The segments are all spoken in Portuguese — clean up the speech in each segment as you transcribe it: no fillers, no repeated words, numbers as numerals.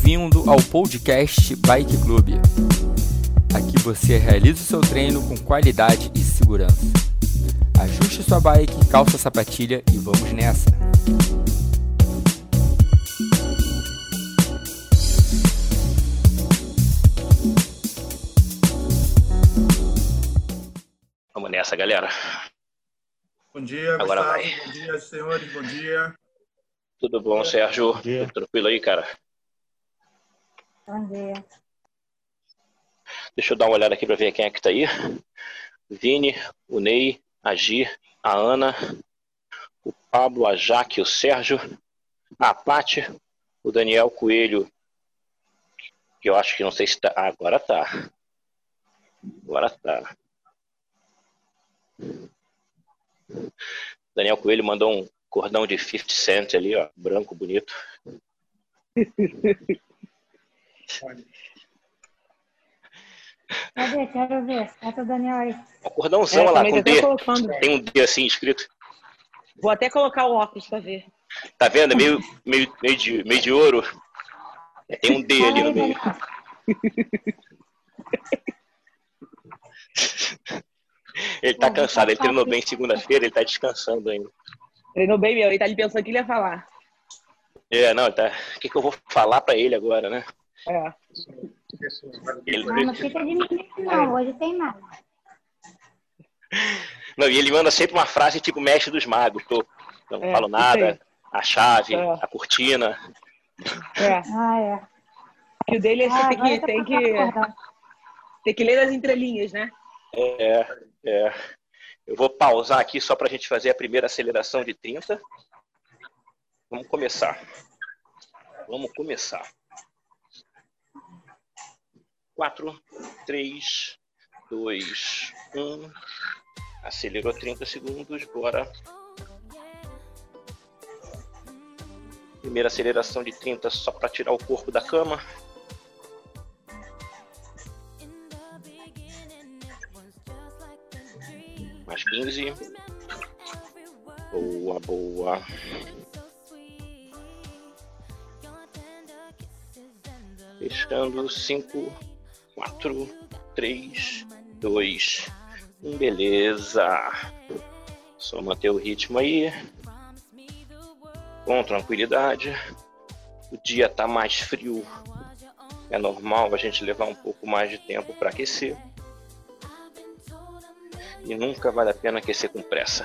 Bem-vindo ao podcast Bike Club. Aqui você realiza o seu treino com qualidade e segurança. Ajuste sua bike, calça a sapatilha e vamos nessa! Vamos nessa, galera. Bom dia, Agora Gustavo. vai. Bom dia, senhores. Bom dia. Tudo bom, Sérgio? Tudo tranquilo aí, cara? Bom dia. Deixa eu dar uma olhada aqui para ver quem é que tá aí. Vini, o Ney, a Gi, a Ana, o Pablo, a Jaque, o Sérgio, a Paty, o Daniel Coelho, que eu acho que não sei se tá... Ah, agora tá. Agora tá. Daniel Coelho mandou um cordão de 50 Cent ali, ó, branco, bonito. Cadê? Quero ver. Bota o Daniel aí. Um cordãozão lá, com D. Colocando. Tem um D assim escrito. Vou até colocar o óculos pra ver. Tá vendo? Meio de ouro. Tem um D ali no meio. Ele tá cansado, ele treinou bem segunda-feira, ele tá descansando ainda. Treinou bem, meu. Ele tá ali pensando o que ele ia falar. Não, tá. O que eu vou falar pra ele agora, né? É. Não fica de mim, não. Hoje tem nada. Não, e ele manda sempre uma frase tipo mestre dos magos. Não falo nada, a chave, a cortina. É. Que o dele é você tem que ler as entrelinhas, né? Eu vou pausar aqui só pra gente fazer a primeira aceleração de 30. Vamos começar. 4, 3, 2, 1. Acelerou 30 segundos, bora. Primeira aceleração de 30 só para tirar o corpo da cama. Mais 15. Boa. Fechando 5, 4, 3, 2, 1. Beleza. Só manter o ritmo aí. Com tranquilidade. O dia tá mais frio. É normal a gente levar um pouco mais de tempo para aquecer. E nunca vale a pena aquecer com pressa.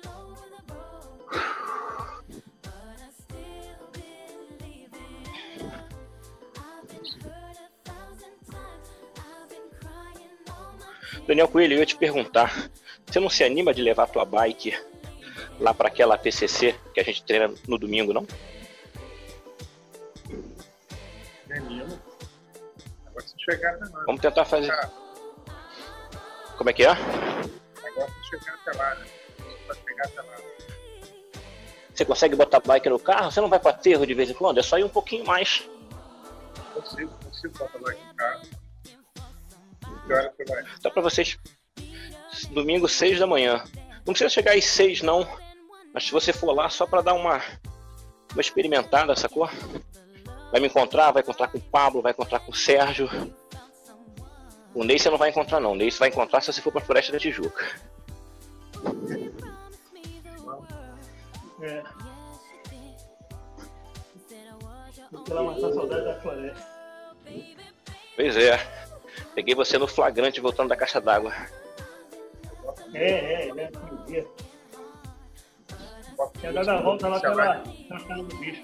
Daniel Coelho, eu ia te perguntar, você não se anima de levar a tua bike lá para aquela PCC que a gente treina no domingo, não? Menino. Agora se chegar até lá. Vamos tentar fazer. Como é que é? Agora se chegar até lá, né? Pra chegar até lá. Você consegue botar a bike no carro? Você não vai para aterro de vez em quando? É só ir um pouquinho mais. Consigo botar a bike no carro. Que hora você vai? Dá para vocês. Domingo, 6 da manhã. Não precisa chegar às 6, não. Mas se você for lá só para dar uma experimentada, sacou? Vai me encontrar, vai encontrar com o Pablo, vai encontrar com o Sérgio. O Ney você não vai encontrar, não. O Ney você vai encontrar se você for para a Floresta da Tijuca. Porque ela matar a saudade da floresta. Pois é. Peguei você no flagrante voltando da caixa d'água. Né? Tinha dado a volta lá pela casa do bicho.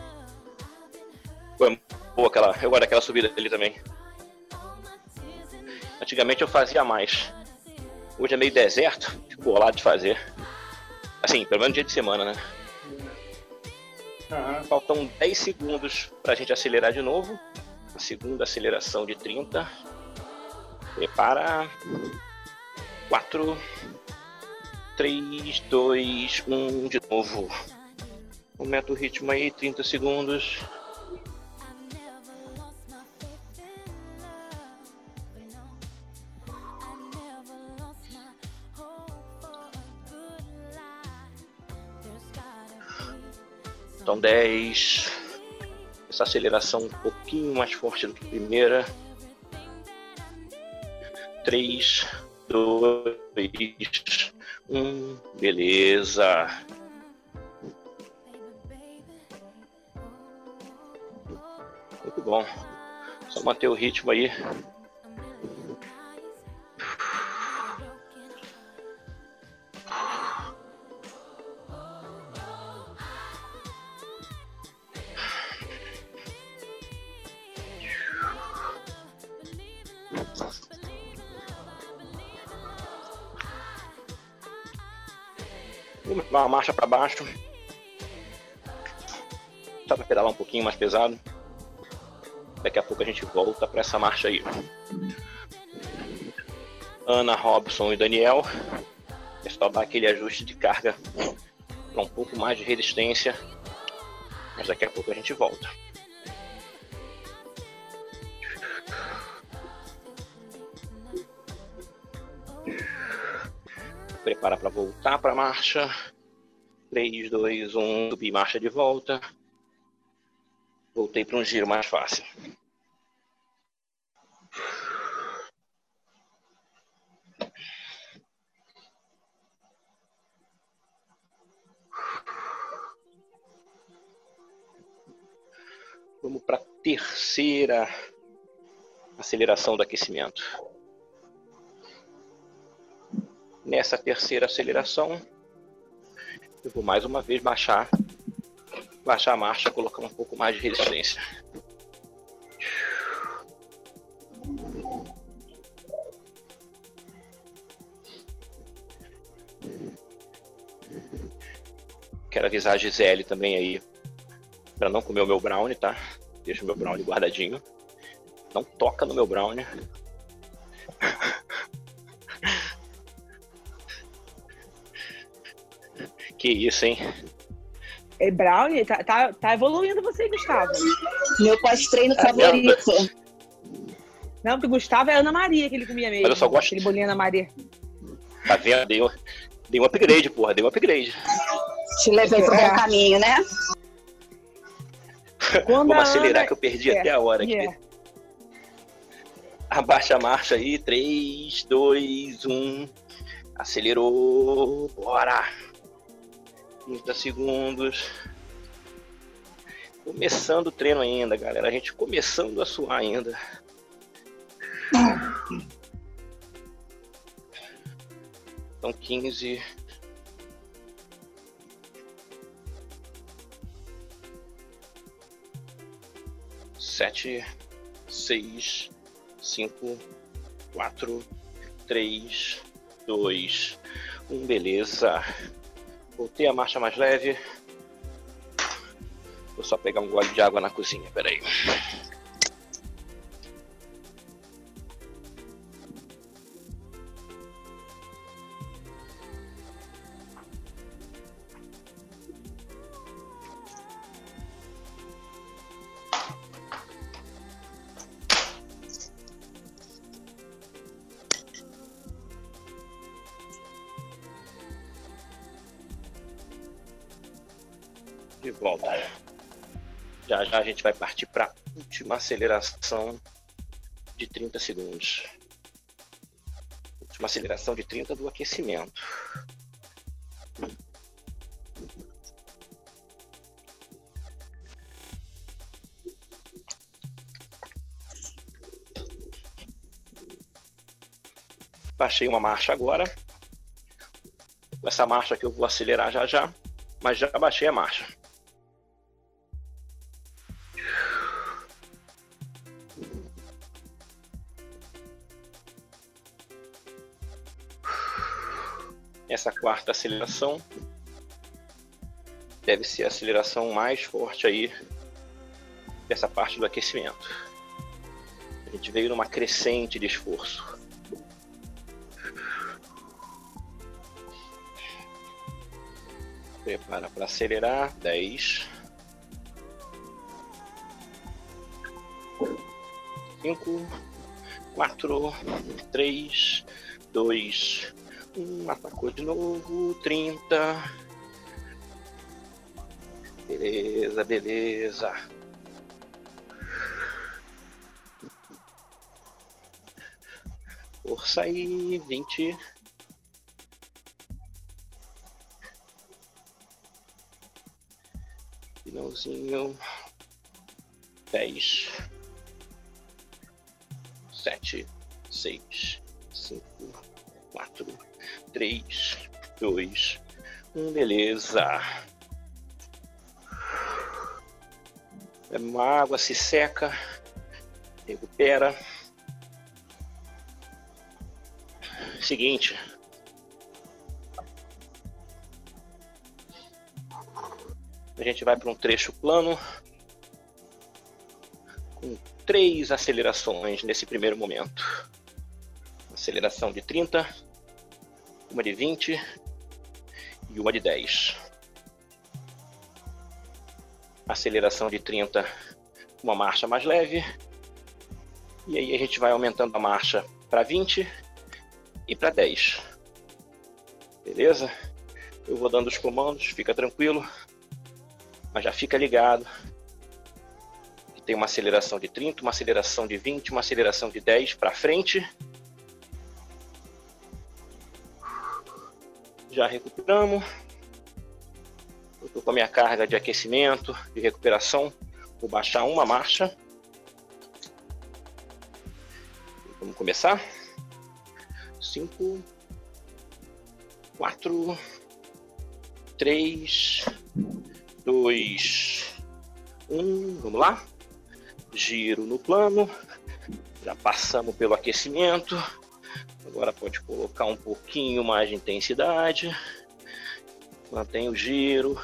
Foi boa eu gosto daquela subida dele também. Antigamente eu fazia mais. Hoje é meio deserto, fico bolado de fazer. Assim, pelo menos dia de semana, né? Faltam 10 segundos pra gente acelerar de novo. A segunda aceleração de 30. Prepara. 4, 3, 2, 1, de novo. Aumenta o ritmo aí, 30 segundos. Então 10. Essa aceleração um pouquinho mais forte do que a primeira. 3, 2, 1. Beleza. Muito bom. Só manter o ritmo aí. Vamos dar uma marcha para baixo. Só para pedalar um pouquinho mais pesado. Daqui a pouco a gente volta para essa marcha aí. Ana, Robson e Daniel. É só dar aquele ajuste de carga para um pouco mais de resistência. Mas daqui a pouco a gente volta. Prepara para voltar para a marcha. 3, 2, 1. Subir marcha de volta. Voltei para um giro mais fácil. Vamos para a terceira aceleração do aquecimento. Nessa terceira aceleração, eu vou mais uma vez baixar a marcha, colocar um pouco mais de resistência. Quero avisar a Gisele também aí, para não comer o meu brownie, tá? Deixa o meu brownie guardadinho. Não toca no meu brownie. Que isso, hein? É, Brownie, tá evoluindo você, Gustavo. Meu pós-treino favorito. Não, porque o Gustavo é a Ana Maria que ele comia mesmo. Mas eu só gosto. Aquele bolinho Ana Maria. Tá vendo? Dei um upgrade, porra. Dei um upgrade. Te levei pro bom caminho, né? Vamos acelerar que eu perdi até a hora aqui. Abaixa a marcha aí. 3, 2, 1. Acelerou. Bora. 30 segundos. Começando o treino ainda, galera. A gente começando a suar ainda. Então 15. Sete, 6, 5, 4, 3, 2, 1. Beleza. Voltei a marcha mais leve. Vou só pegar um gole de água na cozinha, peraí. De volta. Já já a gente vai partir para a última aceleração de 30 segundos. Última aceleração de 30 do aquecimento. Baixei uma marcha agora. Com essa marcha que eu vou acelerar já já, mas já baixei a marcha. Essa quarta aceleração deve ser a aceleração mais forte aí dessa parte do aquecimento. A gente veio numa crescente de esforço. Prepara para acelerar. 10, 5, 4, 3, 2, 1. Atacou de novo. 30. Beleza, beleza. Força aí, 20. Finalzinho. 10. 7, 6, 5, 4, 3, 2, 1. Beleza. Bebe uma água, se seca, recupera. Seguinte. A gente vai para um trecho plano com 3 acelerações nesse primeiro momento. Aceleração de 30, uma de 20 e uma de 10. Aceleração de 30, uma marcha mais leve. E aí a gente vai aumentando a marcha para 20 e para 10. Beleza? Eu vou dando os comandos, fica tranquilo. Mas já fica ligado. Tem uma aceleração de 30, uma aceleração de 20, uma aceleração de 10 para frente. Já recuperamos. Eu estou com a minha carga de aquecimento, de recuperação. Vou baixar uma marcha. Vamos começar. 5, 4, 3, 2, 1. Vamos lá. Giro no plano. Já passamos pelo aquecimento. Agora pode colocar um pouquinho mais de intensidade. Mantém o giro.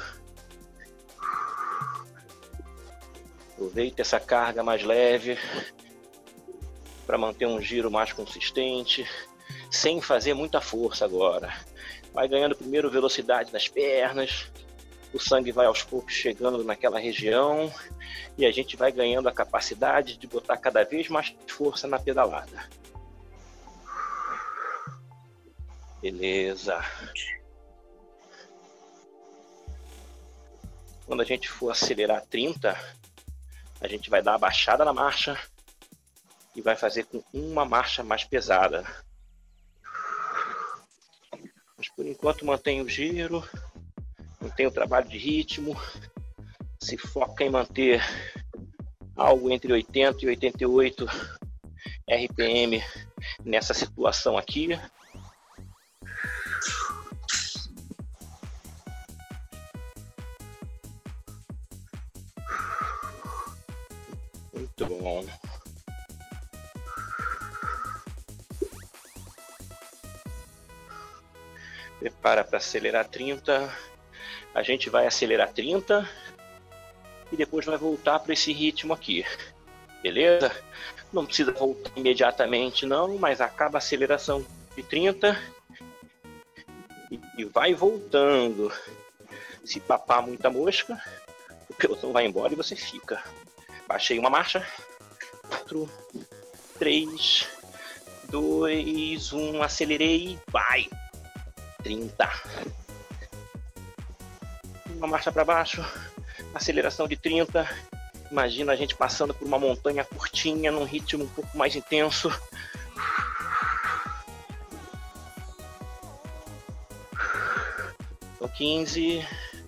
Aproveita essa carga mais leve para manter um giro mais consistente, sem fazer muita força agora. Vai ganhando primeiro velocidade nas pernas, o sangue vai aos poucos chegando naquela região e a gente vai ganhando a capacidade de botar cada vez mais força na pedalada. Beleza. Quando a gente for acelerar 30, a gente vai dar a baixada na marcha e vai fazer com uma marcha mais pesada. Mas por enquanto mantém o giro, mantém o trabalho de ritmo, se foca em manter algo entre 80 e 88 RPM nessa situação aqui. Muito bom. Prepara para acelerar 30. A gente vai acelerar 30 e depois vai voltar para esse ritmo aqui. Beleza? Não precisa voltar imediatamente não, mas acaba a aceleração de 30 e vai voltando. Se papar muita mosca, o pelotão vai embora e você fica. Baixei uma marcha. 4, 3, 2, 1, acelerei, vai! 30. Uma marcha para baixo, aceleração de 30. Imagina a gente passando por uma montanha curtinha, num ritmo um pouco mais intenso. Então 15.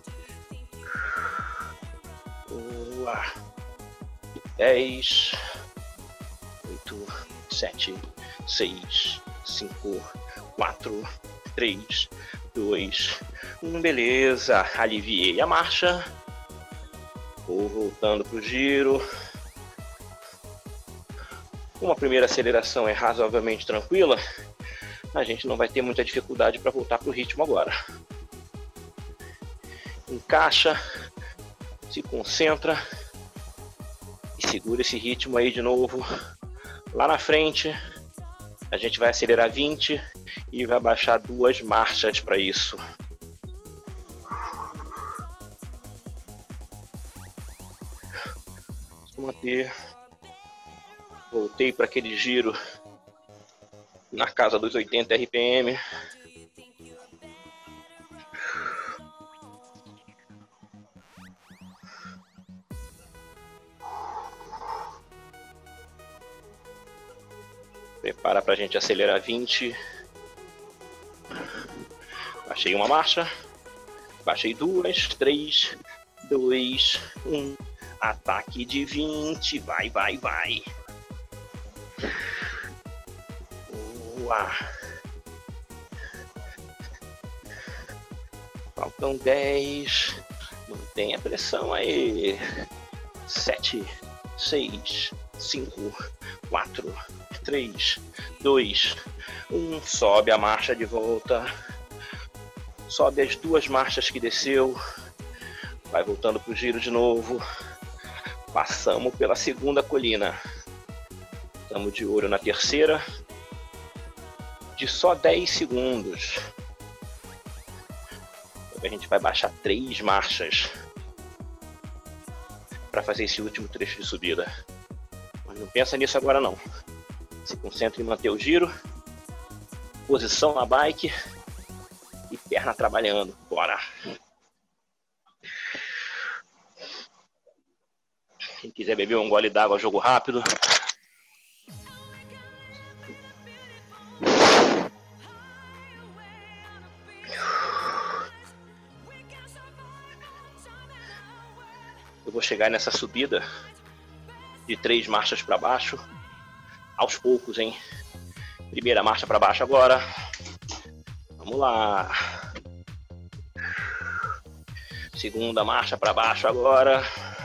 Boa. 10. 8, 7, 6, 5, 4, 3, 2, 1. Beleza. Aliviei a marcha. Vou voltando para o giro. Como a primeira aceleração é razoavelmente tranquila, a gente não vai ter muita dificuldade para voltar para o ritmo agora. Encaixa, se concentra e segura esse ritmo aí de novo. Lá na frente, a gente vai acelerar 20 e vai baixar 2 marchas para isso. Vou manter. Voltei para aquele giro na casa dos 80 RPM. Prepara pra gente acelerar 20. Baixei uma marcha. Baixei 2, 3, 2, 1. Ataque de 20. Vai, vai, vai. Boa. Faltam 10. Mantém a pressão aí. 7, 6, 5, 4, 3, 2, 1. Sobe a marcha de volta. Sobe as 2 marchas que desceu. Vai voltando pro giro de novo. Passamos pela segunda colina. Estamos de olho na terceira. De só 10 segundos. A gente vai baixar 3 marchas para fazer esse último trecho de subida. Mas não pensa nisso agora não. Se concentra em manter o giro, posição na bike e perna trabalhando. Bora! Quem quiser beber um gole d'água, jogo rápido. Eu vou chegar nessa subida de 3 marchas para baixo, aos poucos, hein? Primeira marcha para baixo agora. Vamos lá. Segunda marcha para baixo agora.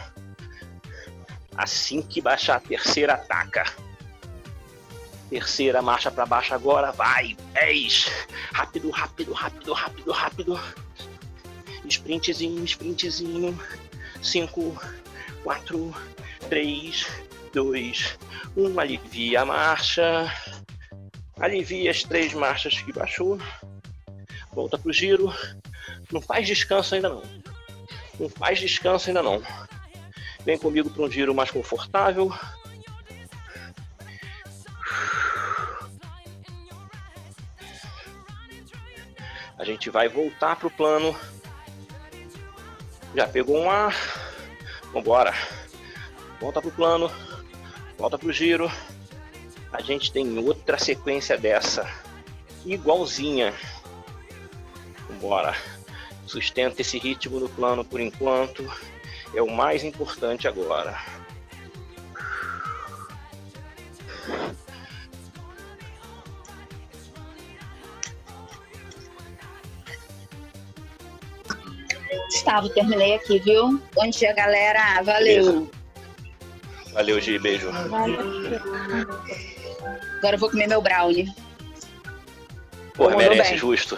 Assim que baixar a terceira, ataca. Terceira marcha para baixo agora. Vai, 10. Rápido, rápido, rápido, rápido, rápido. Sprintzinho, sprintzinho. 5, 4, 3, 2, 1. Alivia a marcha. Alivia as 3 marchas que baixou. Volta pro giro. Não faz descanso ainda não. Não faz descanso ainda não. Vem comigo para um giro mais confortável. A gente vai voltar pro plano. Já pegou um ar. Vambora. Volta pro plano. Volta pro giro. A gente tem outra sequência dessa. Igualzinha. Vambora. Sustenta esse ritmo no plano por enquanto. É o mais importante agora. Gustavo, terminei aqui, viu? Bom dia, galera. Valeu. Beleza. Valeu, Gi. Beijo. Agora eu vou comer meu brownie. Porra, merece, justo.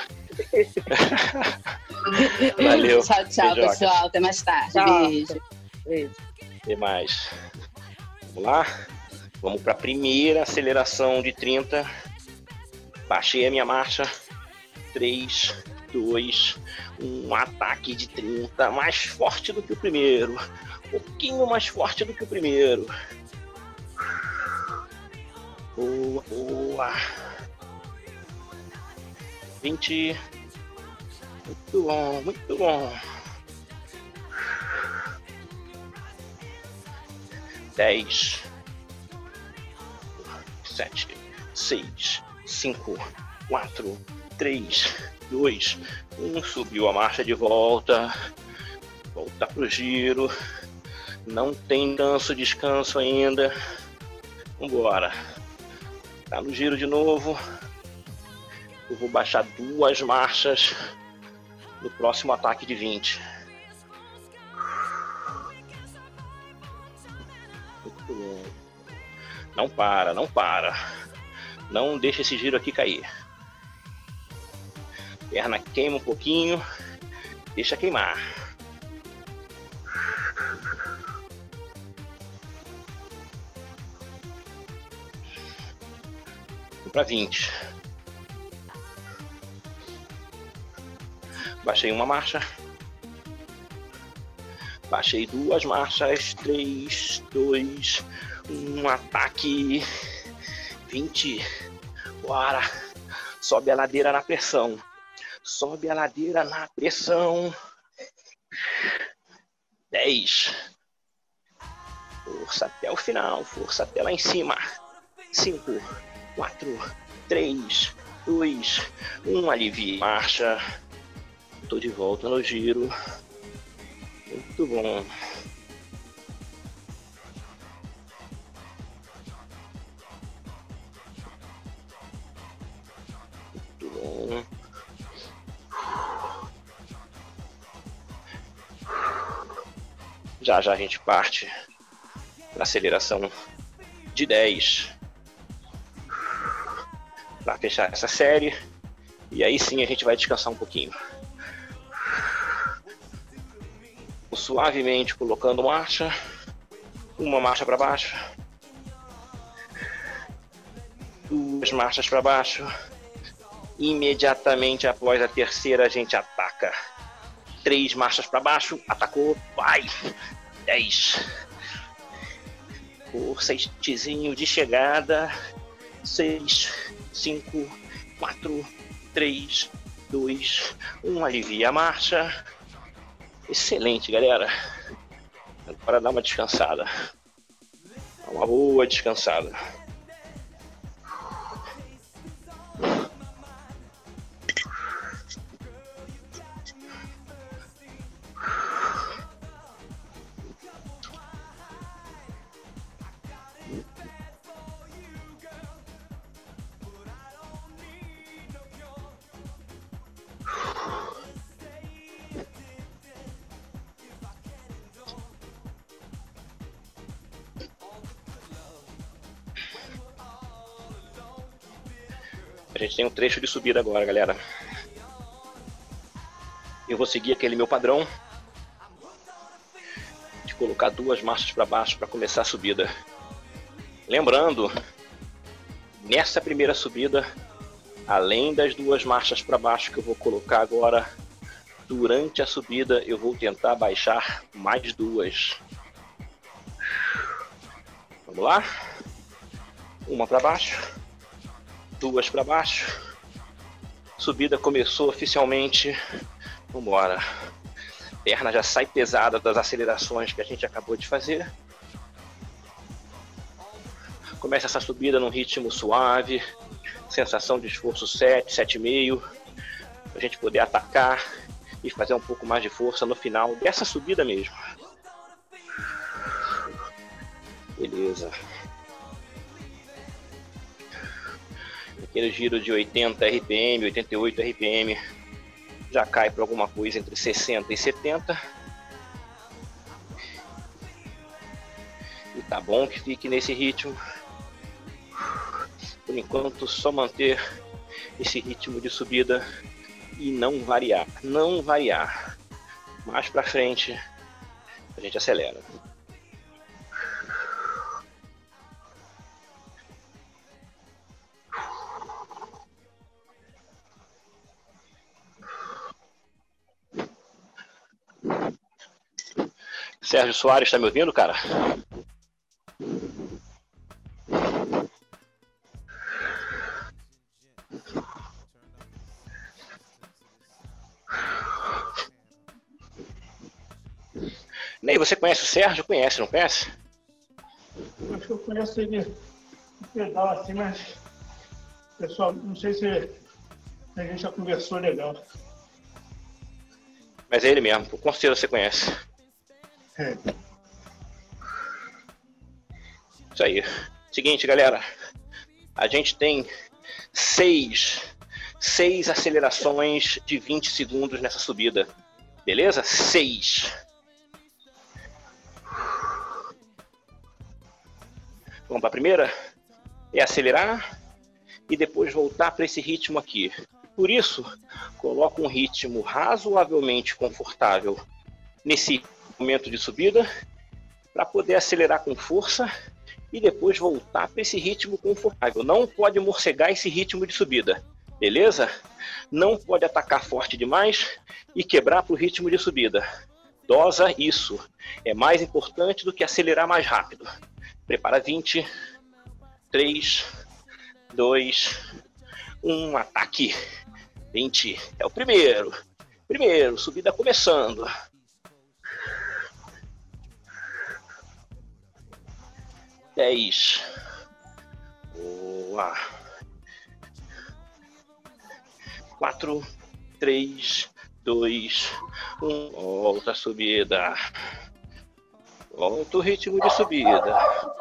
Valeu. Tchau, tchau, Beijoca. pessoal. Até mais tarde. Tchau. Beijo. Até mais. Vamos lá? Vamos para a primeira aceleração de 30. Baixei a minha marcha. 3, 2, 1. Ataque de 30. Mais forte do que o primeiro. Um pouquinho mais forte do que o primeiro. Boa, boa. 20. Muito bom, muito bom. 10, 7, 6, 5, 4, 3, 2, 1. Subiu a marcha de volta. Volta pro giro. Não tem descanso ainda. Vambora. Tá no giro de novo. Eu vou baixar 2 marchas no próximo ataque de 20. Muito bom. Não para, não para. Não deixa esse giro aqui cair. Perna queima um pouquinho. Deixa queimar. Vamos para 20. Baixei uma marcha. Baixei 2 marchas. 3, 2, 1. Ataque. 20. Bora. Sobe a ladeira na pressão. Sobe a ladeira na pressão. 10. Força até o final. Força até lá em cima. 5, 4, 3, 2, 1, alivie, marcha. Tô de volta no giro. Muito bom. Muito bom. Já já a gente parte para aceleração de 10 para fechar essa série, e aí sim a gente vai descansar um pouquinho. Suavemente colocando marcha, uma marcha para baixo, 2 marchas para baixo, imediatamente após a terceira a gente ataca. 3 marchas para baixo, atacou, vai, 10. Força, estizinho de chegada, 6, 5, 4, 3, 2, 1, alivia a marcha. Excelente, galera. Agora dá uma descansada. Dá uma boa descansada. A gente tem um trecho de subida agora, galera. Eu vou seguir aquele meu padrão de colocar 2 marchas para baixo para começar a subida. Lembrando, nessa primeira subida, além das 2 marchas para baixo que eu vou colocar agora, durante a subida eu vou tentar baixar mais 2. Vamos lá? Uma para baixo. 2 para baixo. Subida começou oficialmente. Vambora. Perna já sai pesada das acelerações que a gente acabou de fazer. Começa essa subida num ritmo suave. Sensação de esforço 7, 7,5. Pra gente poder atacar e fazer um pouco mais de força no final dessa subida mesmo. Beleza. Aquele giro de 80 RPM, 88 RPM, já cai para alguma coisa entre 60 e 70. E tá bom que fique nesse ritmo. Por enquanto, só manter esse ritmo de subida e não variar. Não variar. Mais para frente, a gente acelera. Sérgio Soares, tá me ouvindo, cara? Ney, você conhece o Sérgio? Conhece, não conhece? Acho que eu conheço ele um pedal assim, mas pessoal, não sei se a gente já conversou legal. Mas é ele mesmo, com certeza você conhece. É. Isso aí. Seguinte, galera. A gente tem 6 acelerações de 20 segundos nessa subida. Beleza? 6. Vamos para a primeira? É acelerar e depois voltar para esse ritmo aqui. Por isso, coloco um ritmo razoavelmente confortável nesse momento de subida para poder acelerar com força e depois voltar para esse ritmo confortável. Não pode morcegar esse ritmo de subida, beleza? Não pode atacar forte demais e quebrar para o ritmo de subida. Dosa isso. É mais importante do que acelerar mais rápido. Prepara 20, 3, 2, 1, ataque. 20, é o primeiro. Primeiro, subida começando. 10. Boa. 4, 3, 2, 1. Volta a subida. Volta o ritmo de subida.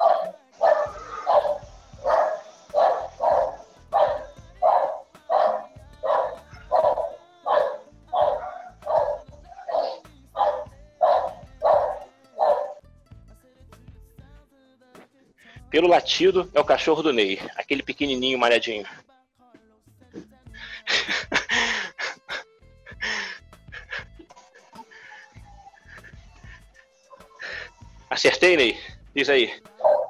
Pelo latido, é o cachorro do Ney, aquele pequenininho malhadinho. Acertei, Ney? Diz aí.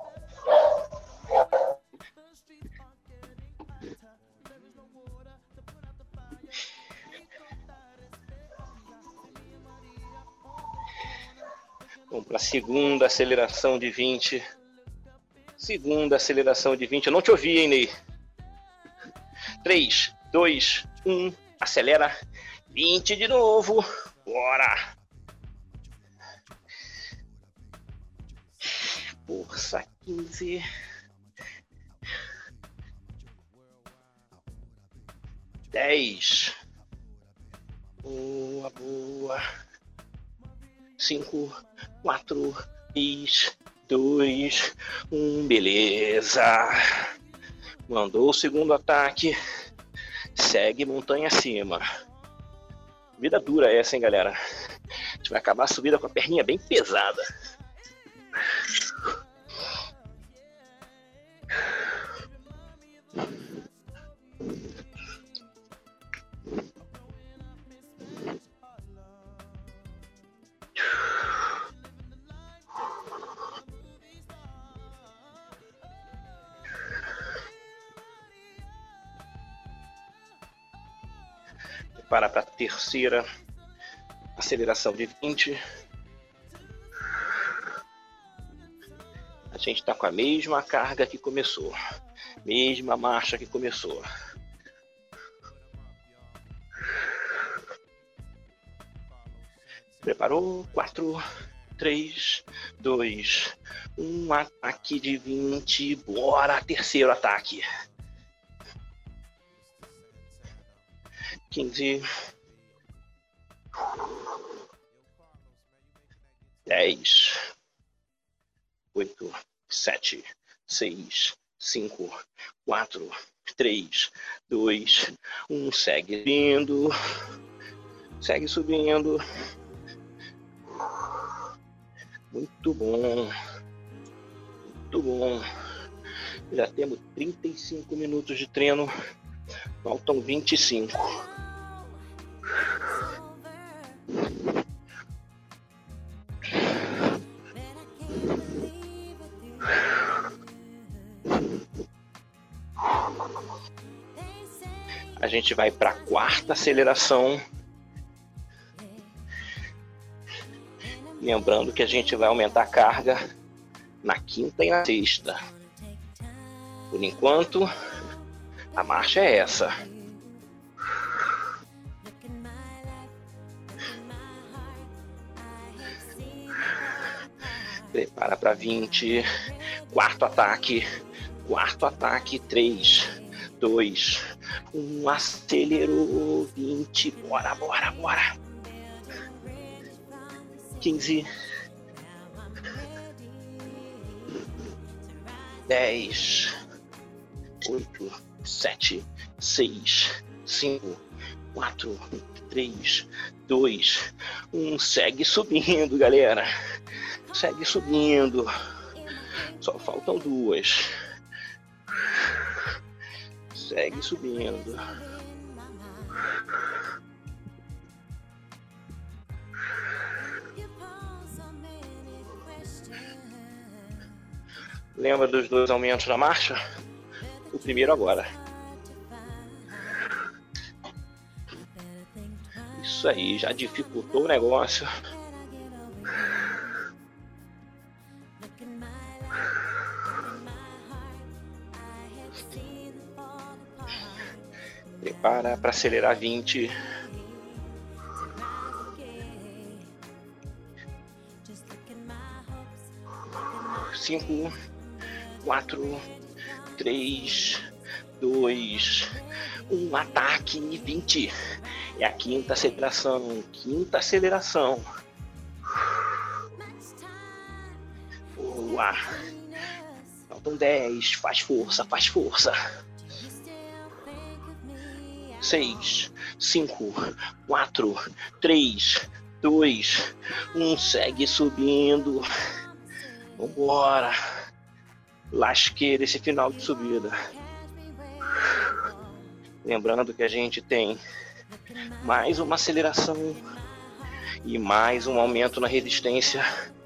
Vamos para a segunda aceleração de 20. Segunda aceleração de 20. Eu não te ouvi, hein, Ney? 3, 2, 1. Acelera. 20 de novo. Bora. Força 15. Dez. Boa, boa. 5, 4, 3, 2, 1. Beleza. Mandou o segundo ataque. Segue montanha acima. Vida dura essa, hein, galera? A gente vai acabar a subida com a perninha bem pesada. Para a terceira aceleração de 20. A gente está com a mesma carga que começou, mesma marcha que começou. Preparou? 4, 3, 2, 1. Ataque de 20. Bora, terceiro ataque. 15, 10, 8, 7, 6, 5, 4, 3, 2, 1. Segue subindo. Segue subindo. Muito bom. Muito bom. Já temos 35 minutos de treino. Faltam 25. A gente vai para a quarta aceleração. Lembrando que a gente vai aumentar a carga na quinta e na sexta. Por enquanto, a marcha é essa. Prepara para 20. Quarto ataque. Quarto ataque. 3, 2, 1. Acelerou. 20. Bora, bora, bora. 15. 10. 8, 7, 6, 5, 4, 3, 2, 1. Segue subindo, galera. Segue subindo. Só faltam 2. Segue subindo. Lembra dos 2 aumentos na marcha? O primeiro agora. Isso aí, já dificultou o negócio. Prepara para acelerar 20. Cinco, 4, 3, 2, Um ataque 20. É a quinta aceleração. Quinta aceleração. Boa. Faltam 10. Faz força, faz força. 6, 5, 4, 3, 2, 1. Segue subindo. Vambora. Lasqueira esse final de subida. Lembrando que a gente tem mais uma aceleração e mais um aumento na resistência.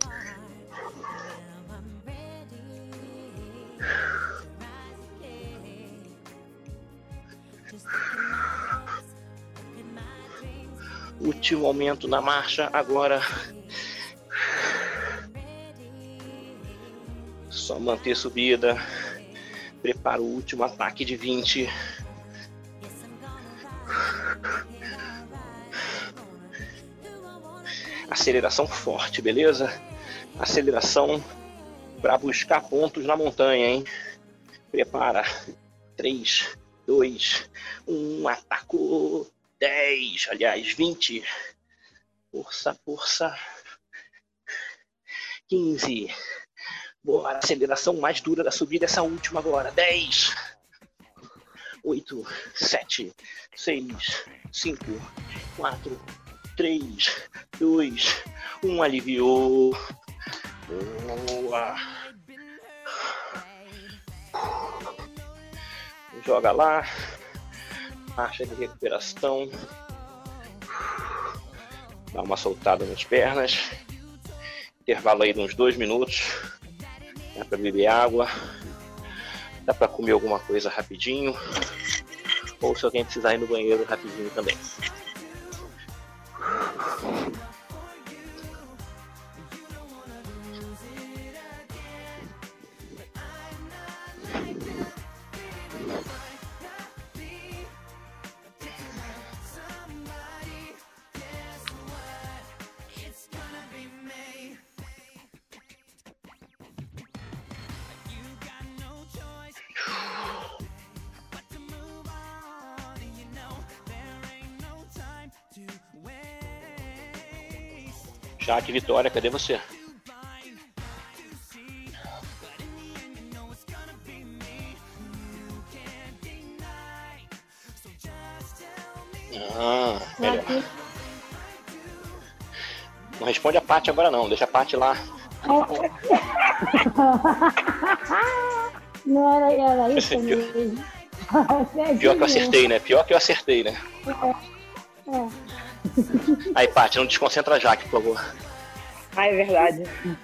Último aumento na marcha agora. Só manter subida. Prepara o último ataque de 20. Aceleração forte, beleza? Aceleração para buscar pontos na montanha, hein? Prepara. 3, 2, 1. Atacou. 10, aliás, 20. Força, força. 15. Bora, aceleração mais dura da subida, essa última agora. 10. 8, 7, 6, 5, 4, 3, 2, 1. Aliviou. Boa. Joga lá. Marcha de recuperação. Dá uma soltada nas pernas. Intervalo aí de uns 2 minutos. Dá para beber água. Dá para comer alguma coisa rapidinho. Ou se alguém precisar ir no banheiro rapidinho também. Jaque Vitória, cadê você? Melhor. Não responde a Paty agora não, deixa a Paty lá. Não era isso mesmo. Pior que eu acertei, né? Pior que eu acertei, né? Aí, Paty, não desconcentra a Jaque, por favor. Ah, é verdade.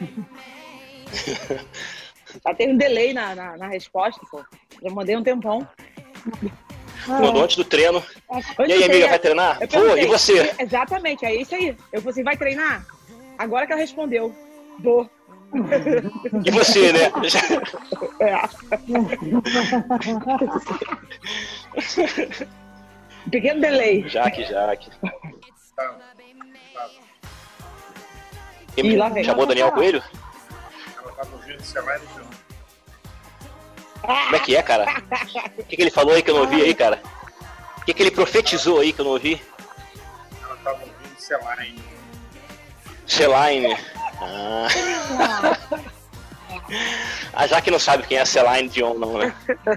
Já tem um delay na resposta, pô. Já mandei um tempão. Mandou antes do treino. E aí, amiga, vai treinar? Vou, e você? Exatamente, é isso aí. Eu falei assim, vai treinar? Agora que ela respondeu. Vou. E você, né? Pequeno delay. Jaque. E lá vem. Chamou Daniel Coelho? Ela tá ouvindo Celine Dion. Como é que é, cara? O que ele falou aí que eu não ouvi aí, cara? O que ele profetizou aí que eu não ouvi? Ela tava ouvindo Celine. Celine. A Jaque não sabe quem é a Celine Dion, não, né?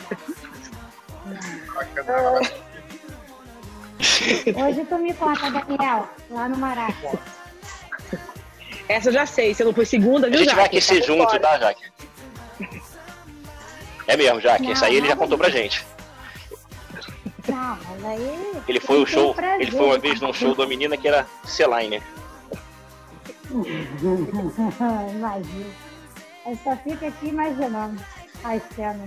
Hoje tu me conta, Daniel, lá no Maraca. Essa eu já sei, se não foi segunda, viu, A gente Jaque? vai aquecer Tá junto, fora. tá, Jaque? É mesmo, Jaque. Esse aí ele já Não, contou pra gente. Não, mas aí... Ele foi o show, prazer, ele foi uma vez num show da menina que era Celine. Imagina. Eu só fico aqui imaginando as cenas.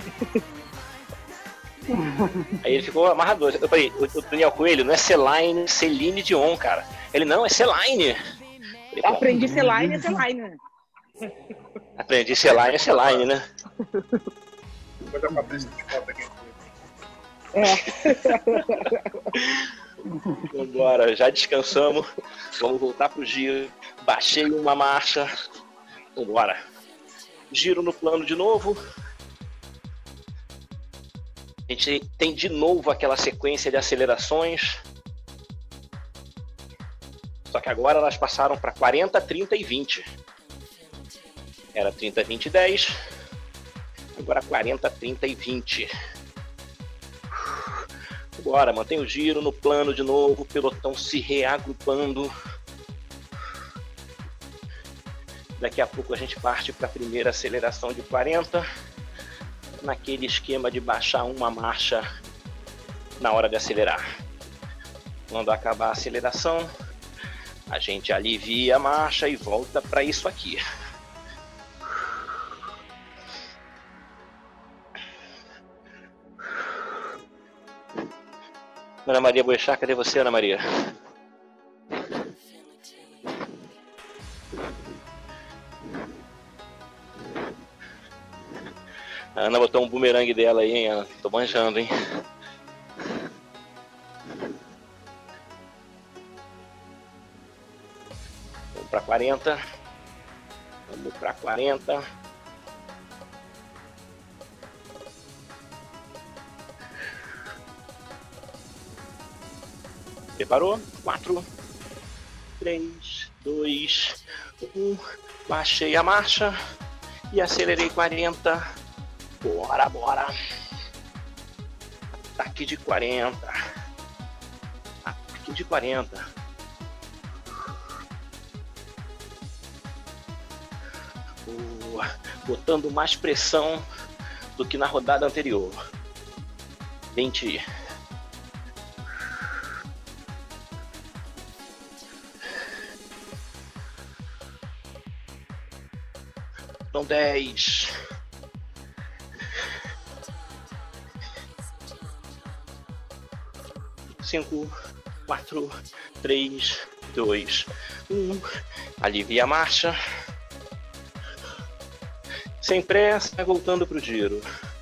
Aí ele ficou amarrador. Eu falei, o Daniel Coelho não é Celine, Celine Dion, cara. Ele não, é Celine. Falei, Eu aprendi Celine, é Celine. Aprendi Celine, é Celine, né? Depois a Patrícia te conta quem foi. Agora, já descansamos. Vamos voltar pro giro. Baixei uma marcha. Vambora. Giro no plano de novo. A gente tem de novo aquela sequência de acelerações. Só que agora elas passaram para 40, 30 e 20. Era 30, 20 e 10. Agora 40, 30 e 20. Agora, mantém o giro no plano de novo, o pelotão se reagrupando. Daqui a pouco a gente parte para a primeira aceleração de 40, naquele esquema de baixar uma marcha na hora de acelerar. Quando acabar a aceleração, a gente alivia a marcha e volta para isso aqui. Ana Maria Boechat, cadê você, Ana Maria? A Ana botou um bumerangue dela aí, hein, Ana? Tô manjando, hein? Vamos pra 40. Vamos pra 40. Preparou? 4, 3, 2, 1. Baixei a marcha e acelerei 40. Bora, bora. Ataque de 40. Ataque de 40. Botando mais pressão do que na rodada anterior. 20. São 10. Cinco, 4, 3, 2, 1. Alivia a marcha. Sem pressa, voltando para o giro.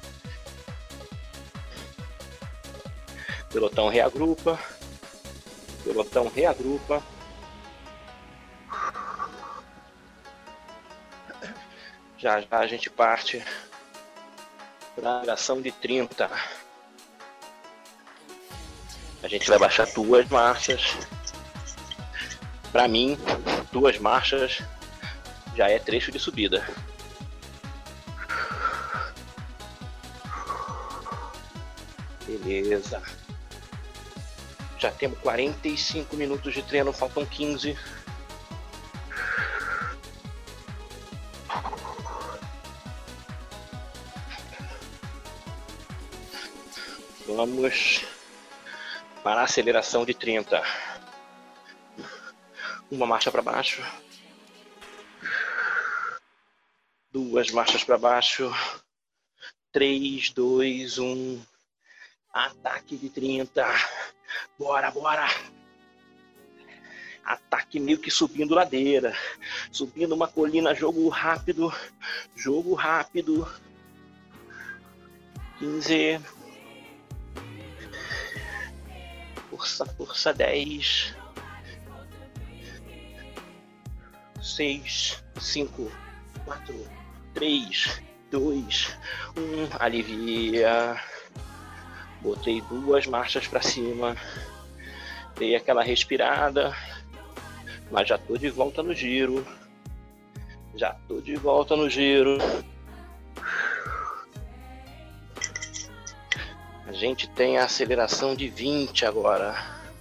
Pelotão reagrupa. Pelotão reagrupa. Já já a gente parte para a aceleração de 30. A gente vai baixar 2 marchas. Para mim, 2 marchas já é trecho de subida. Beleza. Já temos 45 minutos de treino, faltam 15. Vamos para a aceleração de 30. Uma marcha para baixo. 2 marchas para baixo. 3, 2, 1. Ataque de 30. Bora, bora. Ataque meio que subindo ladeira. Subindo uma colina, jogo rápido. Jogo rápido. 15. Força, força, 10. 6, 5, 4, 3, 2, 1. Alivia. Botei 2 marchas para cima. Dei aquela respirada. Mas já tô de volta no giro. Já tô de volta no giro. A gente tem a aceleração de 20 agora.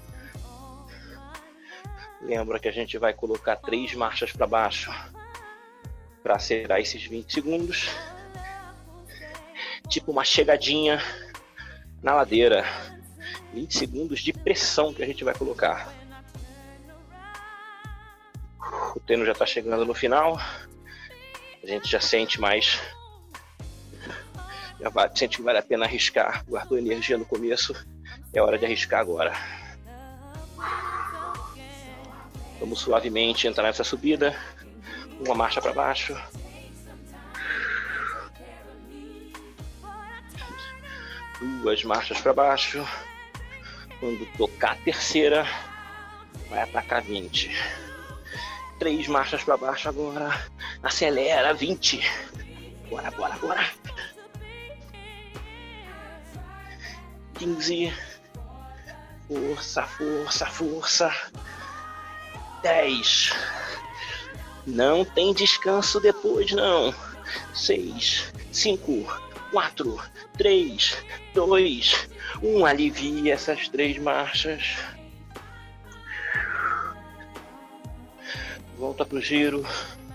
Lembra que a gente vai colocar 3 marchas para baixo para acelerar esses 20 segundos. Tipo uma chegadinha na ladeira. 20 segundos de pressão que a gente vai colocar. O treino já está chegando no final. A gente já sente mais. Sente que vale a pena arriscar. Guardou energia no começo. É hora de arriscar agora. Vamos suavemente entrar nessa subida. Uma marcha para baixo. Duas marchas para baixo. Quando tocar a terceira, vai atacar 20. 3 marchas para baixo agora. Acelera, 20. Bora, bora, bora. 15. Força, força, força. 10. Não tem descanso depois, não. 6, 5, 4, 3, 2, 1. Alivia essas 3 marchas. Volta pro giro.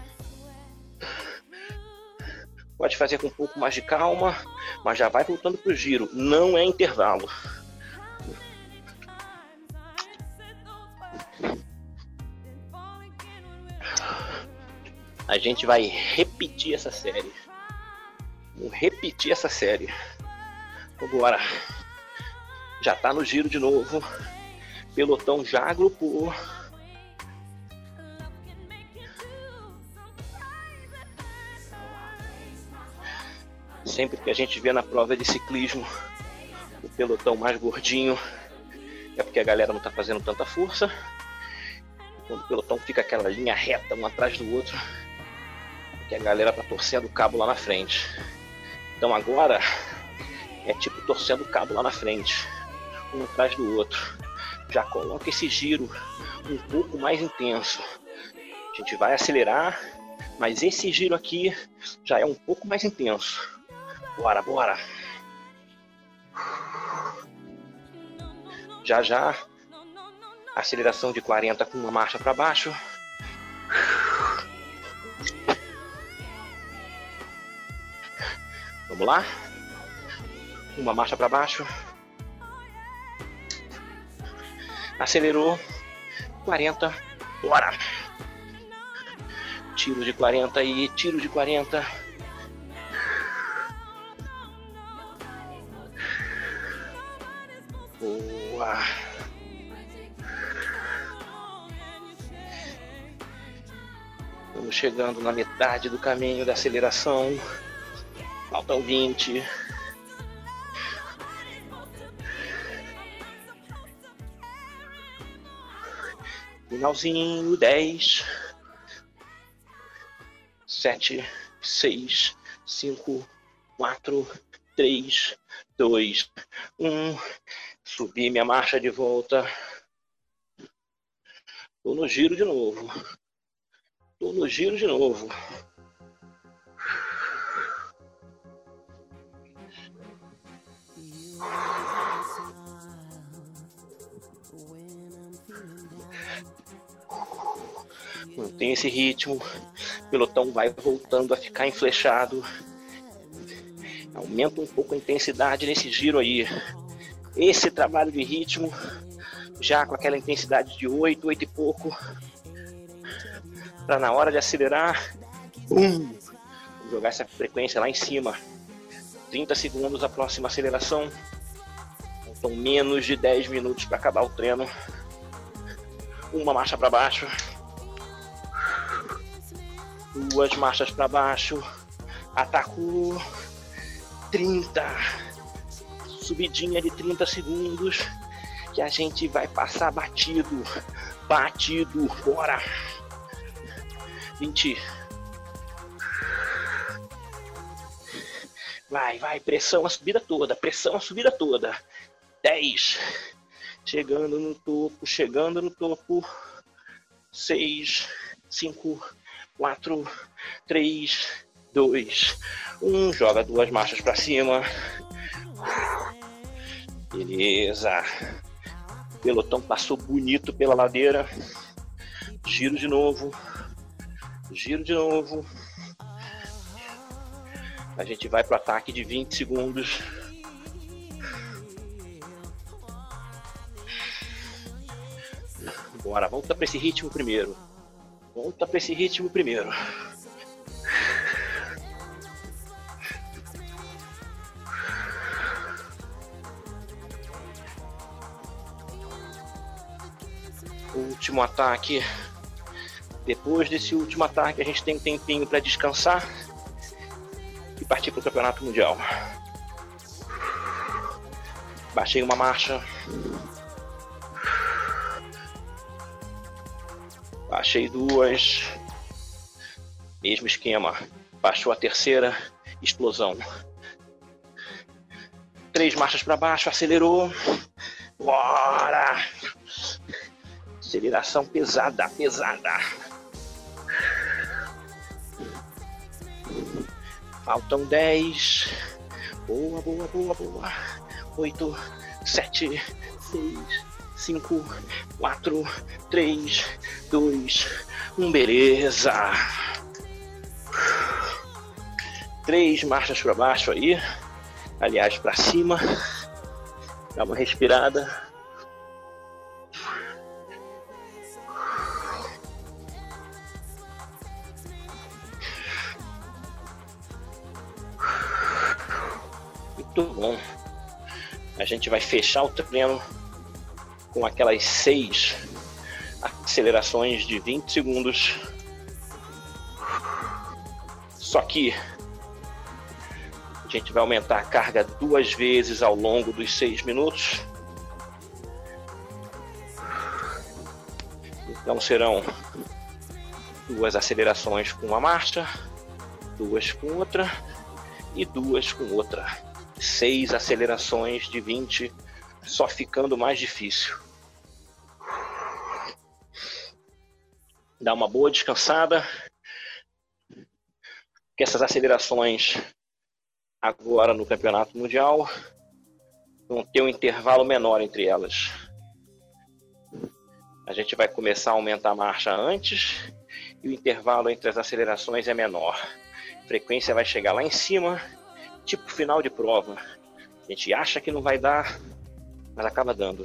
Pode fazer com um pouco mais de calma, mas já vai voltando pro giro. Não é intervalo. A gente vai repetir essa série. Vamos repetir essa série. Vambora. Já tá no giro de novo. Pelotão já agrupou. Sempre que a gente vê na prova de ciclismo o pelotão mais gordinho, é porque a galera não tá fazendo tanta força. Quando o pelotão fica aquela linha reta um atrás do outro, que a galera tá torcendo o cabo lá na frente. Então agora é tipo torcendo o cabo lá na frente, um atrás do outro. Já coloca esse giro um pouco mais intenso. A gente vai acelerar, mas esse giro aqui já é um pouco mais intenso. Bora, bora. Já já, aceleração de 40 com uma marcha para baixo. Vamos lá. Uma marcha para baixo. Acelerou. 40. Bora. Tiro de 40 e tiro de 40. Boa. Estamos chegando na metade do caminho da aceleração. Faltam 20. Finalzinho, 10. 7, 6, 5, 4, 3, 2, 1. Subi minha marcha de volta. Tô no giro de novo. Tô no giro de novo. Mantém esse ritmo. O pelotão vai voltando a ficar enflechado. Aumenta um pouco a intensidade nesse giro aí. Esse trabalho de ritmo, já com aquela intensidade de 8, 8 e pouco, para na hora de acelerar, bum, jogar essa frequência lá em cima. 30 segundos a próxima aceleração. Faltam menos de 10 minutos para acabar o treino. Uma marcha para baixo. 2 marchas para baixo. Atacou. 30. Subidinha de 30 segundos. Que a gente vai passar batido. Batido. Bora. 20. Vai. Pressão a subida toda. Pressão a subida toda. 10. Chegando no topo. 6, 5, 4, 3, 2, 1. Joga 2 marchas para cima. Beleza. O pelotão passou bonito pela ladeira. Giro de novo. A gente vai pro ataque de 20 segundos. Bora, volta para esse ritmo primeiro. Último ataque. Depois desse último ataque, a gente tem um tempinho para descansar e partir para o Campeonato Mundial. Baixei uma marcha. Baixei 2. Mesmo esquema. Baixou a terceira. Explosão. 3 marchas para baixo, acelerou. Bora! Aceleração pesada, pesada. Faltam 10. Boa, boa, boa, boa. 8, 7, 6, 5, 4, 3, 2, 1. Beleza. 3 marchas para baixo aí. Aliás, para cima. Dá uma respirada. Muito bom. A gente vai fechar o treino com aquelas 6 acelerações de 20 segundos. Só que a gente vai aumentar a carga 2 vezes ao longo dos 6 minutos. Então serão 2 acelerações com uma marcha, 2 com outra e 2 com outra. 6 acelerações de 20, só ficando mais difícil. Dá uma boa descansada. Que essas acelerações agora no Campeonato Mundial vão ter um intervalo menor entre elas. A gente vai começar a aumentar a marcha antes e o intervalo entre as acelerações é menor. A frequência vai chegar lá em cima, tipo final de prova. A gente acha que não vai dar, mas acaba dando.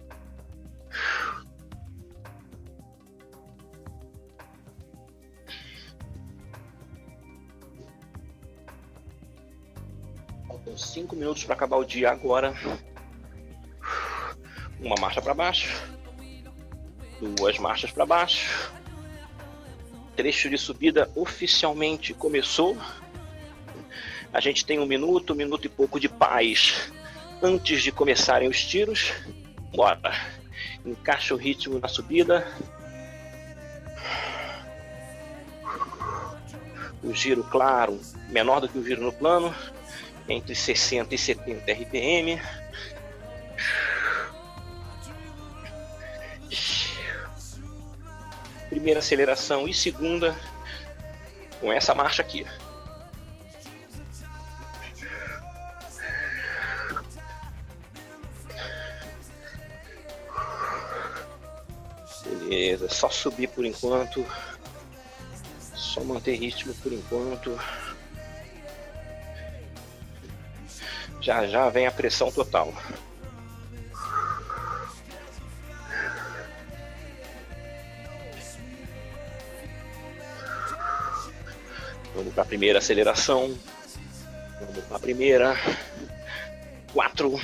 Faltam 5 minutos para acabar o dia agora. Uma marcha para baixo, 2 marchas para baixo. Trecho de subida oficialmente começou. A gente tem 1 minuto, 1 minuto e pouco de paz antes de começarem os tiros. Bora! Encaixa o ritmo na subida. O giro, claro, menor do que o giro no plano, entre 60 e 70 RPM. Primeira aceleração e segunda com essa marcha aqui. Beleza, só subir por enquanto. Só manter ritmo por enquanto. Já já vem a pressão total. Vamos para a primeira aceleração. Vamos para a primeira. 4,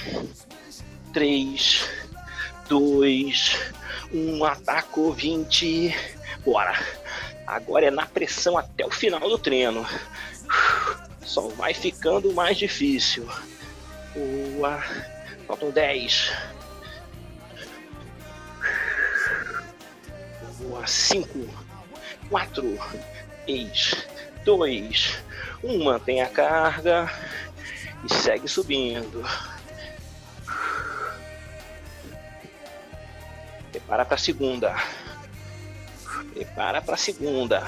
3, 2, 1. Ataco 20. Bora! Agora é na pressão até o final do treino. Só vai ficando mais difícil. Boa! Faltam 10. Boa! 5, 4, 3, 2, 1. Mantém a carga e segue subindo. Prepara para a segunda. Prepara para a segunda.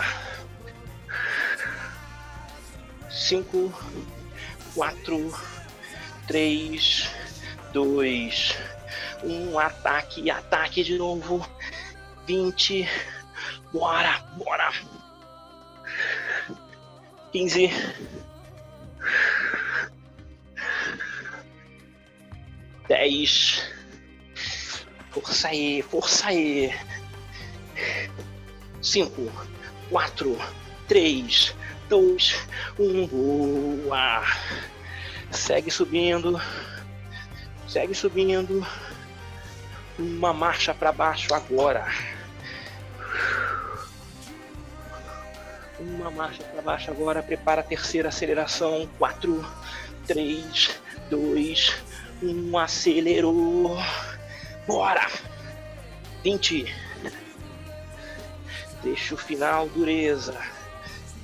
5, 4, 3, 2, 1. Ataque, ataque de novo. 20. Bora, bora. 15. 10. Força aí, força aí. 5, 4, 3, 2, 1. Boa! Segue subindo. Segue subindo. Uma marcha para baixo agora. Uma marcha para baixo agora. Prepara a terceira aceleração. 4, 3, 2, 1. Acelerou. Bora! 20. Deixa o final, dureza.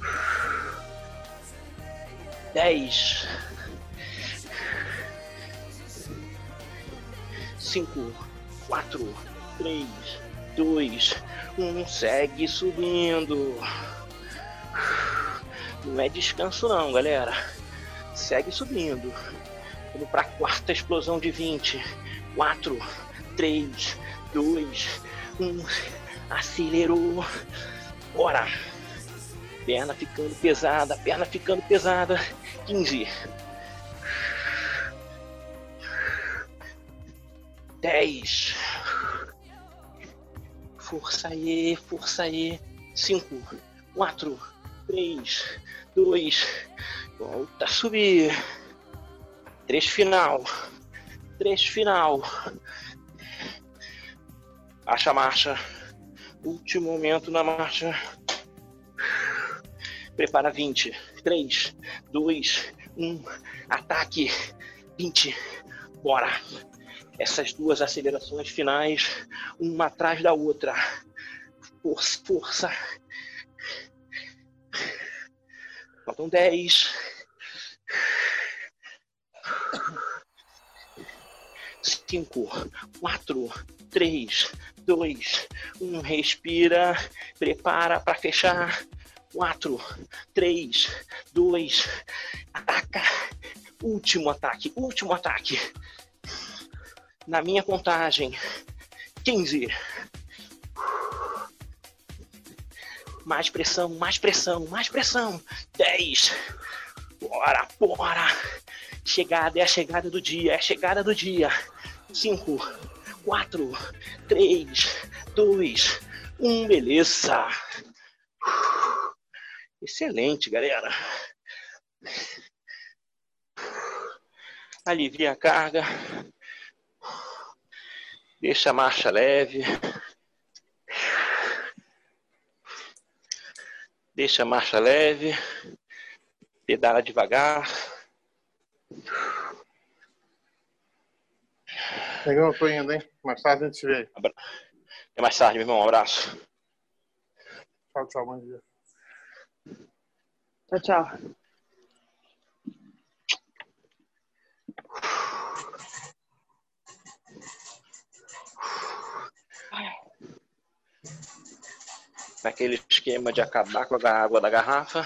10. 5, 4, 3, 2, 1. Segue subindo. Não é descanso não, galera. Segue subindo. Vamos para a quarta explosão de 20. 4, 3, 2, 1. Acelerou. Bora. Perna ficando pesada, perna ficando pesada. 15. 10. Força aí, força aí. 5, 4, 3, 2. Volta a subir. 3 final. 3 final. Baixa a marcha. Último momento na marcha. Prepara 20. 3, 2, 1. Ataque. 20. Bora. Essas duas acelerações finais, uma atrás da outra. Força, força. Faltam 10. 5, 4, 3, 2, 1. Respira. Prepara para fechar. 4, 3, 2. Ataca. Último ataque, último ataque. Na minha contagem. 15. Mais pressão, mais pressão, mais pressão. 10. Bora, bora. Chegada é a chegada do dia, é a chegada do dia. 5, 4, 3, 2, 1. Beleza. Excelente, galera. Alivia a carga. Deixa a marcha leve. Deixa a marcha leve. Pedala devagar. Legal, eu tô indo, hein? Mais tarde a gente se vê. Até mais tarde, meu irmão. Um abraço. Tchau, tchau. Bom dia. Tchau, tchau. Naquele esquema de acabar com a água da garrafa.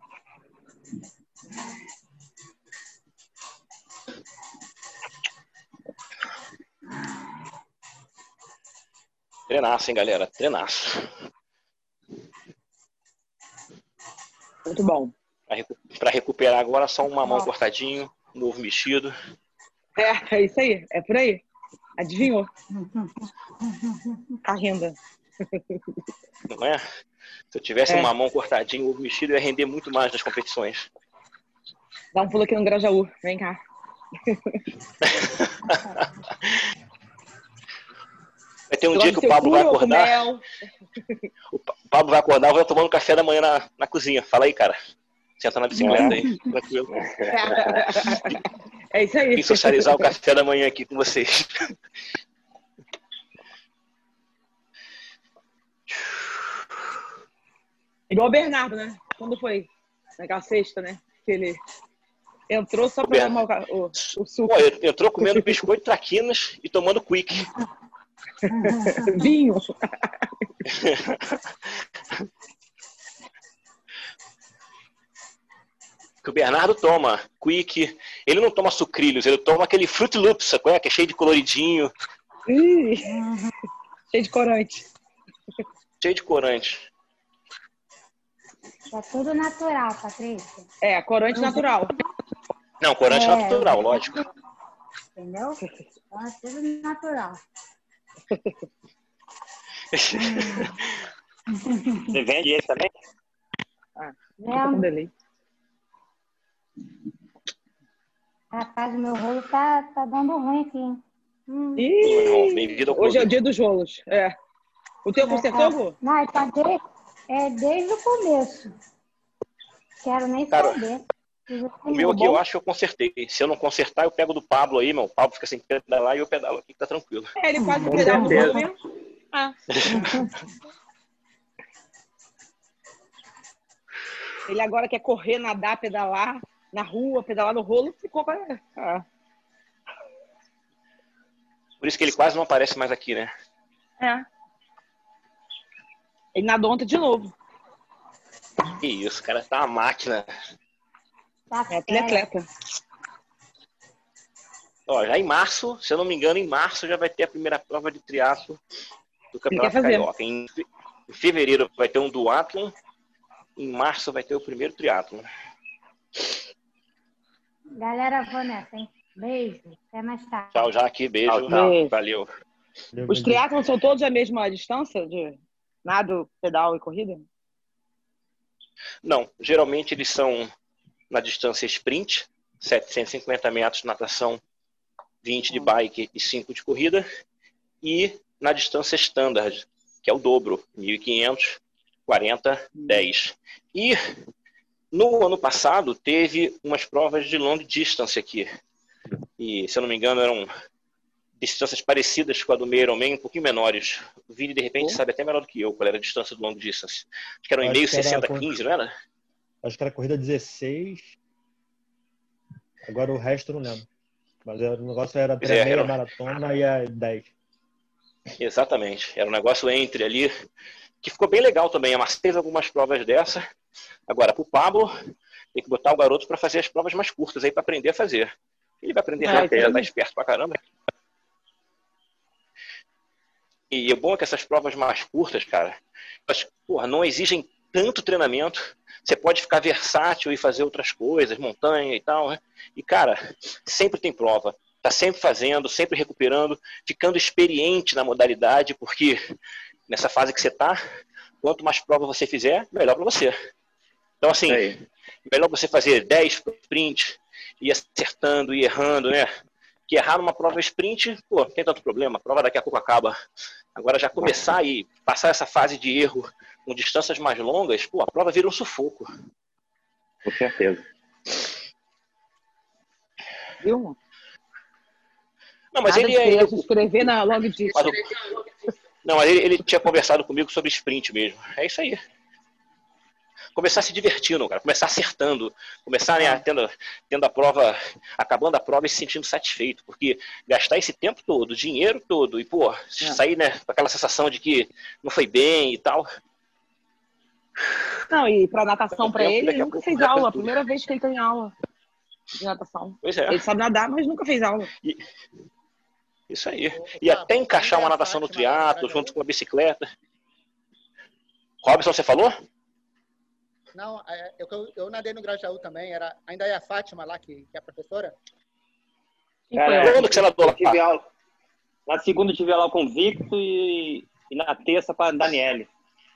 Treinaço, hein, galera? Treinaço. Muito bom. Para recuperar agora, só um mamão cortadinho, um ovo mexido. É isso aí. É por aí. Adivinhou? Tá rindo. Não é? Se eu tivesse um mamão cortadinho, ovo mexido, eu ia render muito mais nas competições. Dá um pulo aqui no Grajaú. Vem cá. Vai ter um dia que o Pablo vai acordar. O Pablo vai acordar e vai tomando café da manhã na cozinha. Fala aí, cara. Senta na bicicleta aí. Tranquilo. É isso aí. Vim socializar o café da manhã aqui com vocês. Igual o Bernardo, né? Quando foi? Naquela sexta, né? Que ele entrou só pra tomar o suco. Pô, entrou comendo biscoito, traquinas e tomando quick. Vinho. Que o Bernardo toma quick. Ele não toma sucrilhos, ele toma aquele Fruit Loops, sabe? Que é cheio de coloridinho. Cheio de corante. Cheio de corante. É tudo natural, Patrícia. É, corante natural. Não, corante natural, lógico. Entendeu? Então é tudo natural. Você vende esse também? Vendo. Rapaz, o meu rolo tá dando ruim aqui, hein? Bem-vindo ao clube. Hoje é o dia dos rolos. É. O teu consertou, Gu? Não, tá desde o começo. Quero nem saber. O meu aqui eu acho que eu consertei. Se eu não consertar, eu pego do Pablo aí, meu. O Pablo fica sem pedalar e eu pedalo aqui que tá tranquilo. É, ele faz o pedal do rolo mesmo. Ele agora quer correr, nadar, pedalar na rua, pedalar no rolo, ficou para... Por isso que ele quase não aparece mais aqui, né? É. Ele nadou ontem de novo. Que isso, o cara tá uma máquina. Tá É atleta. Ó, já em março, se eu não me engano, em março já vai ter a primeira prova de triatlo do quer Campeonato fazer. Carioca. Em fevereiro vai ter um duatlon, em março vai ter o primeiro triatlon. Galera, vou nessa, hein? Beijo. Até mais tarde. Tchau, Jaque. Beijo. Tchau, tchau. Beijo. Valeu. Os triatlons são todos a mesma distância de nado, pedal e corrida? Não, geralmente eles são na distância sprint, 750 metros de natação, 20 de bike e 5 de corrida, e na distância standard, que é o dobro, 1.500, 40, 10. E no ano passado teve umas provas de long distance aqui, e se eu não me engano eram distâncias parecidas com a do meio Ironman, um pouquinho menores. O Vini, de repente, sabe até melhor do que eu qual era a distância do long distance. Acho que era um e-mail 60, 15, não era? Acho que era corrida 16. Agora o resto eu não lembro. Mas o negócio era entre a meia maratona e a 10. Exatamente. Era um negócio entre ali, que ficou bem legal também. A Marcia fez algumas provas dessa. Agora, pro Pablo, tem que botar o garoto para fazer as provas mais curtas aí, para aprender a fazer. Ele vai aprender rápido, ele tá esperto pra caramba. E o bom é que essas provas mais curtas, cara, elas, porra, não exigem tanto treinamento. Você pode ficar versátil e fazer outras coisas, montanha e tal, né? E, cara, sempre tem prova. Tá sempre fazendo, sempre recuperando, ficando experiente na modalidade, porque nessa fase que você tá, quanto mais prova você fizer, melhor para você. Então, assim, melhor você fazer 10 sprint, ir acertando e errando, né? Que errar numa prova sprint, pô, não tem tanto problema, a prova daqui a pouco acaba. Agora já começar e passar essa fase de erro com distâncias mais longas, pô, a prova vira um sufoco. Com certeza. Viu? Não, mas Nada ele se inscrever na long distance. Não, mas ele tinha conversado comigo sobre sprint mesmo. É isso aí. Começar se divertindo, cara. Começar acertando. Começar, né, tendo a prova, acabando a prova e se sentindo satisfeito. Porque gastar esse tempo todo, dinheiro todo, e, pô, sair, né, com aquela sensação de que não foi bem e tal. Não, e pra natação pra ele nunca fez aula. Primeira vez que ele tem aula de natação. Pois é. Ele sabe nadar, mas nunca fez aula. Isso aí. E até encaixar uma natação no triatlo, junto com a bicicleta. Robson, você falou? Não, eu nadei no Grajaú também. Ainda é a Fátima lá, que é a professora? Cara, quando que você nadou lá? Na segunda eu tive aula com o Victor e na terça com a Daniele.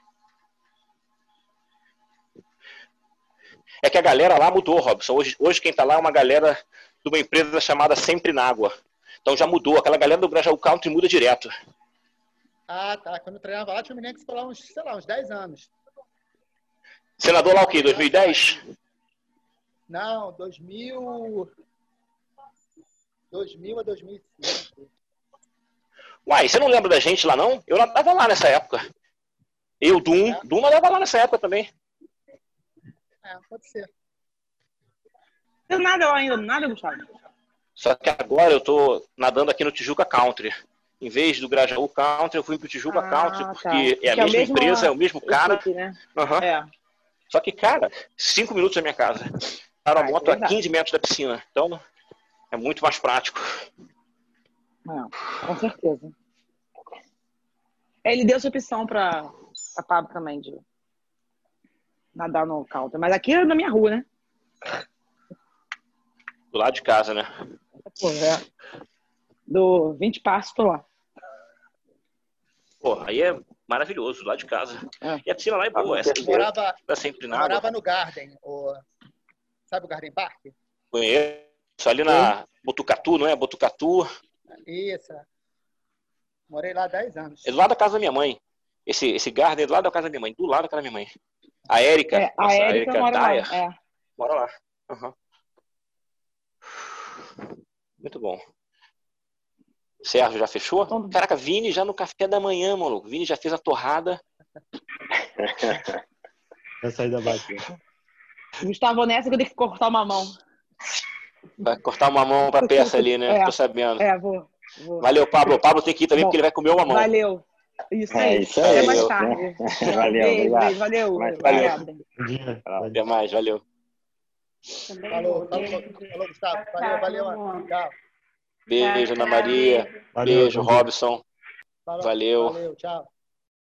É que a galera lá mudou, Robson. Hoje quem tá lá é uma galera de uma empresa chamada Sempre na Água. Então já mudou. Aquela galera do Grajaú Country muda direto. Ah, tá. Quando eu treinava lá, tinha um menino que ficou lá uns 10 anos. Você nadou lá o quê? 2010? Não, 2000 a 2005. Uai, você não lembra da gente lá, não? Eu nadava lá nessa época. Eu, Dum nadava lá nessa época também. Pode ser. Você nada lá ainda, nada, Gustavo? Só que agora eu tô nadando aqui no Tijuca Country. Em vez do Grajaú Country, eu fui pro Tijuca Country, porque é a mesma empresa, é o mesmo cara. Equipe, né? Uhum. Só que, cara, 5 minutos da minha casa. Para a moto a 15 metros da piscina. Então, é muito mais prático. Com certeza. Ele deu essa opção pra Pablo também, de nadar no country. Mas aqui é na minha rua, né? Do lado de casa, né? Pô, do 20 passos, tô lá. Pô, aí é maravilhoso, do lado de casa. E a piscina lá é boa. Eu morava no Garden. Sabe o Garden Park? Conheço. Ali na Botucatu, não é? Botucatu. Isso. Morei lá 10 anos. É do lado da casa da minha mãe. Esse Garden é do lado da casa da minha mãe. Do lado da casa da minha mãe. A Érica. A Érica mora Dyer, lá. Mora lá. Uhum. Muito bom. Sérgio já fechou? Caraca, Vini já no café da manhã, maluco. Vini já fez a torrada. Vai sair da bike. Gustavo, nessa que eu tenho que cortar uma mão. Vai cortar uma mão pra peça ali, né? Tô sabendo. Vou. Valeu, Pablo. O Pablo tem que ir também, Bom, porque ele vai comer uma mão. Valeu. Isso aí. isso Até aí. mais tarde. Valeu, Beijo, obrigado. beijo. Valeu. Valeu. Obrigada. Até mais, valeu. Falou, Gustavo. Valeu. Tchau. Beijo, Ana Maria. Valeu, Beijo, bom dia. Robson. Valeu. Valeu, tchau.